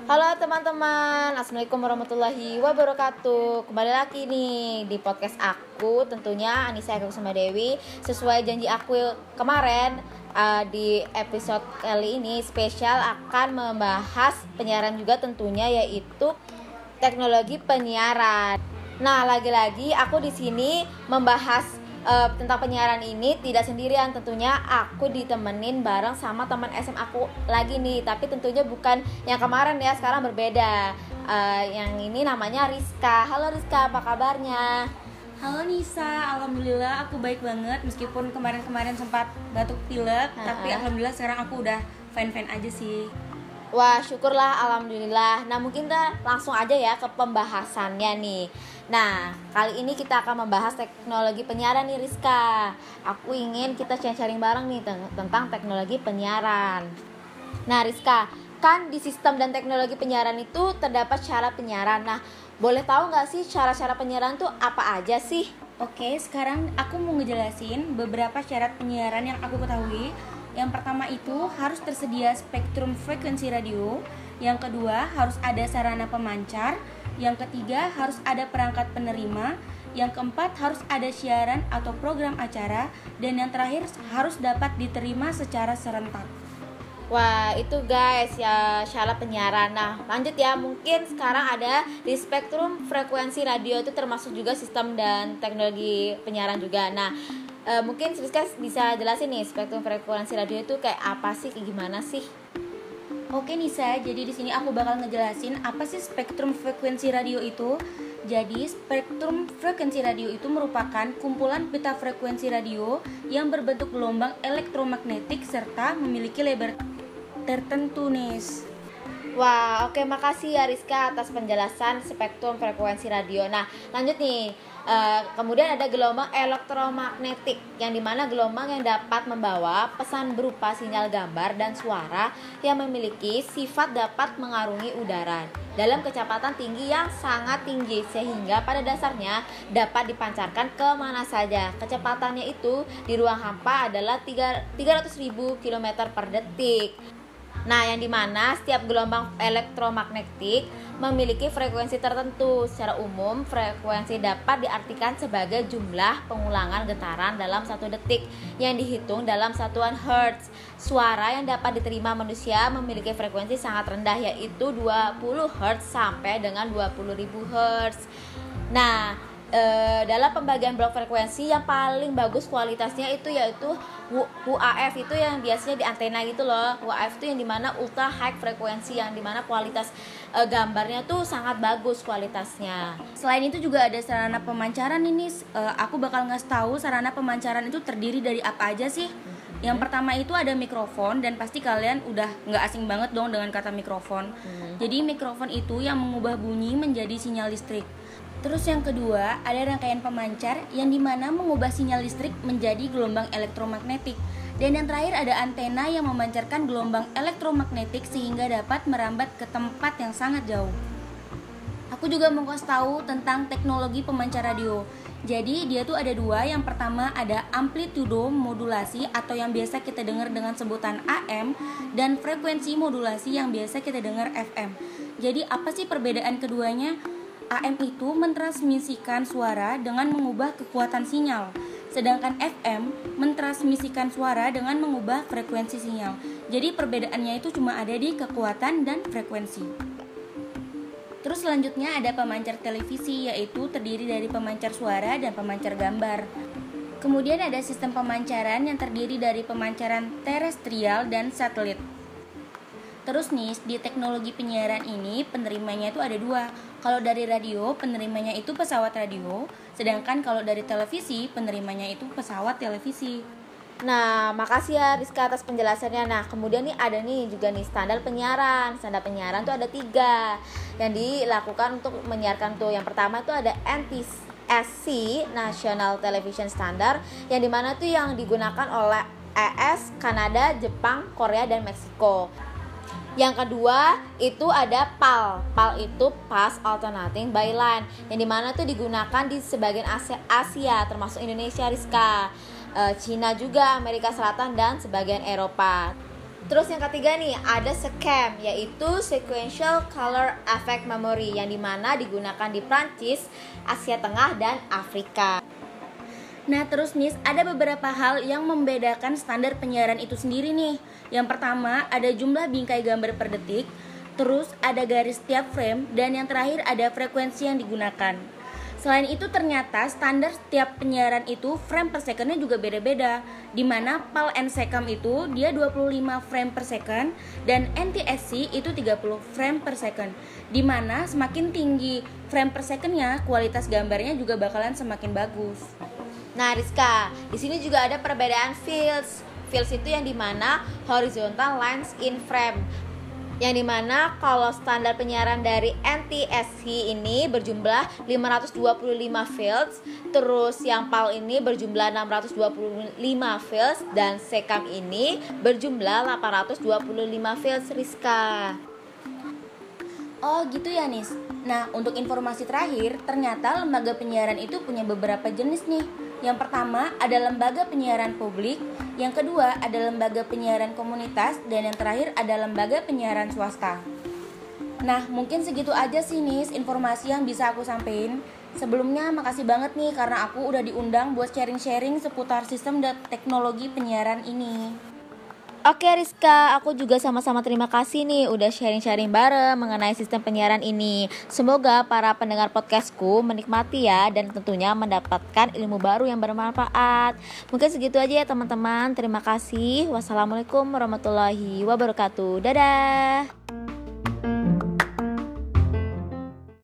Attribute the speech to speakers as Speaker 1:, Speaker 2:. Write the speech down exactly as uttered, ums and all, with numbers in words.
Speaker 1: Halo teman-teman, Assalamualaikum warahmatullahi wabarakatuh. Kembali lagi nih di podcast aku, tentunya Anissa Eka Kusuma Dewi. Sesuai janji aku kemarin, uh, di episode kali ini spesial akan membahas penyiaran juga tentunya, yaitu teknologi penyiaran. Nah, lagi-lagi aku di sini membahas Uh, tentang penyiaran ini tidak sendirian, tentunya aku ditemenin bareng sama teman S M aku lagi nih, tapi tentunya bukan yang kemarin ya, sekarang berbeda. Uh, yang ini namanya Rizka. Halo Rizka, apa kabarnya?
Speaker 2: Halo Nisa, alhamdulillah aku baik banget meskipun kemarin-kemarin sempat batuk pilek, uh-huh. tapi alhamdulillah sekarang aku udah fine-fine aja sih.
Speaker 1: Wah, syukurlah, alhamdulillah. Nah, mungkin kita langsung aja ya ke pembahasannya nih. Nah, kali ini kita akan membahas teknologi penyiaran nih Rizka. Aku ingin kita sharing bareng nih tentang teknologi penyiaran. Nah Rizka, kan di sistem dan teknologi penyiaran itu terdapat syarat penyiaran. Nah, boleh tahu gak sih syarat-syarat penyiaran itu apa aja sih?
Speaker 2: Oke, sekarang aku mau ngejelasin beberapa syarat penyiaran yang aku ketahui. Yang pertama itu harus tersedia spektrum frekuensi radio. Yang kedua harus ada sarana pemancar. Yang ketiga harus ada perangkat penerima. Yang keempat harus ada siaran atau program acara. Dan yang terakhir harus dapat diterima secara serentak.
Speaker 1: Wah, itu guys ya syarat penyiaran. Nah, lanjut ya, mungkin sekarang ada di spektrum frekuensi radio, itu termasuk juga sistem dan teknologi penyiaran juga. Nah, e, mungkin Rizka bisa jelasin nih spektrum frekuensi radio itu kayak apa sih, kayak gimana sih?
Speaker 2: Oke Nisa, jadi di sini aku bakal ngejelasin apa sih spektrum frekuensi radio itu. Jadi spektrum frekuensi radio itu merupakan kumpulan pita frekuensi radio yang berbentuk gelombang elektromagnetik serta memiliki lebar tertentu nih.
Speaker 1: Wah, oke, makasih ya Rizka atas penjelasan spektrum frekuensi radio. Nah, lanjut nih. Uh, kemudian ada gelombang elektromagnetik, yang dimana gelombang yang dapat membawa pesan berupa sinyal gambar dan suara yang memiliki sifat dapat mengarungi udara dalam kecepatan tinggi yang sangat tinggi, sehingga pada dasarnya dapat dipancarkan kemana saja. Kecepatannya itu di ruang hampa adalah tiga ratus ribu kilometer per detik. Nah, yang dimana setiap gelombang elektromagnetik memiliki frekuensi tertentu. Secara umum, frekuensi dapat diartikan sebagai jumlah pengulangan getaran dalam satu detik yang dihitung dalam satuan hertz. Suara yang dapat diterima manusia memiliki frekuensi sangat rendah, yaitu dua puluh hertz sampai dengan dua puluh ribu hertz. Nah, e, dalam pembagian blok frekuensi yang paling bagus kualitasnya itu yaitu U A F, itu yang biasanya di antena gitu loh. U A F itu yang dimana ultra high frekuensi, yang dimana kualitas e, gambarnya tuh sangat bagus kualitasnya.
Speaker 2: Selain itu juga ada sarana pemancaran ini. E, aku bakal ngasih tahu sarana pemancaran itu terdiri dari apa aja sih. Hmm. Yang pertama itu ada mikrofon, dan pasti kalian udah nggak asing banget dong dengan kata mikrofon. Hmm. Jadi mikrofon itu yang mengubah bunyi menjadi sinyal listrik. Terus yang kedua ada rangkaian pemancar yang dimana mengubah sinyal listrik menjadi gelombang elektromagnetik. Dan yang terakhir ada antena yang memancarkan gelombang elektromagnetik sehingga dapat merambat ke tempat yang sangat jauh. Aku juga mau kasih tahu tentang teknologi pemancar radio. Jadi dia tuh ada dua. Yang pertama ada amplitudo modulasi atau yang biasa kita dengar dengan sebutan A M, dan frekuensi modulasi yang biasa kita dengar F M. Jadi apa sih perbedaan keduanya? A M itu mentransmisikan suara dengan mengubah kekuatan sinyal, sedangkan F M mentransmisikan suara dengan mengubah frekuensi sinyal. Jadi perbedaannya itu cuma ada di kekuatan dan frekuensi. Terus selanjutnya ada pemancar televisi, yaitu terdiri dari pemancar suara dan pemancar gambar. Kemudian ada sistem pemancaran yang terdiri dari pemancaran terestrial dan satelit. Terus nih, di teknologi penyiaran ini penerimanya itu ada dua. Kalau dari radio, penerimanya itu pesawat radio. Sedangkan kalau dari televisi, penerimanya itu pesawat televisi.
Speaker 1: Nah, makasih ya Rizka atas penjelasannya. Nah, kemudian nih ada nih juga nih standar penyiaran. Standar penyiaran tuh ada tiga yang dilakukan untuk menyiarkan tuh. Yang pertama tuh ada N T S C, National Television Standard, yang dimana tuh yang digunakan oleh E S, Kanada, Jepang, Korea, dan Meksiko. Yang kedua itu ada P A L. P A L itu Path Alternating Byline, yang dimana tuh digunakan di sebagian Asia, Asia termasuk Indonesia Rizka, e, Cina juga, Amerika Selatan, dan sebagian Eropa. Terus yang ketiga nih ada SCAM, yaitu Sequential Color Effect Memory, yang dimana digunakan di Prancis, Asia Tengah, dan Afrika.
Speaker 2: Nah terus nih ada beberapa hal yang membedakan standar penyiaran itu sendiri nih. Yang pertama ada jumlah bingkai gambar per detik, terus ada garis tiap frame, dan yang terakhir ada frekuensi yang digunakan. Selain itu ternyata standar setiap penyiaran itu frame per secondnya juga beda-beda, dimana PAL and SECAM itu dia dua puluh lima frame per second dan N T S C itu tiga puluh frame per second, dimana semakin tinggi frame per secondnya kualitas gambarnya juga bakalan semakin bagus.
Speaker 1: Nah Rizka, di sini juga ada perbedaan fields. Fields itu yang dimana horizontal lines in frame, yang dimana kalau standar penyiaran dari N T S C ini berjumlah lima ratus dua puluh lima fields, terus yang PAL ini berjumlah enam ratus dua puluh lima fields, dan SECAM ini berjumlah delapan ratus dua puluh lima fields, Rizka.
Speaker 2: Oh gitu ya Nis. Nah untuk informasi terakhir, ternyata lembaga penyiaran itu punya beberapa jenis nih. Yang pertama ada lembaga penyiaran publik, yang kedua ada lembaga penyiaran komunitas, dan yang terakhir ada lembaga penyiaran swasta. Nah mungkin segitu aja sih Nis informasi yang bisa aku sampaikan. Sebelumnya makasih banget nih karena aku udah diundang buat sharing-sharing seputar sistem dan teknologi penyiaran ini.
Speaker 1: Oke Rizka, aku juga sama-sama terima kasih nih udah sharing-sharing bareng mengenai sistem penyiaran ini. Semoga para pendengar podcastku menikmati ya, dan tentunya mendapatkan ilmu baru yang bermanfaat. Mungkin segitu aja ya teman-teman. Terima kasih. Wassalamualaikum warahmatullahi wabarakatuh. Dadah.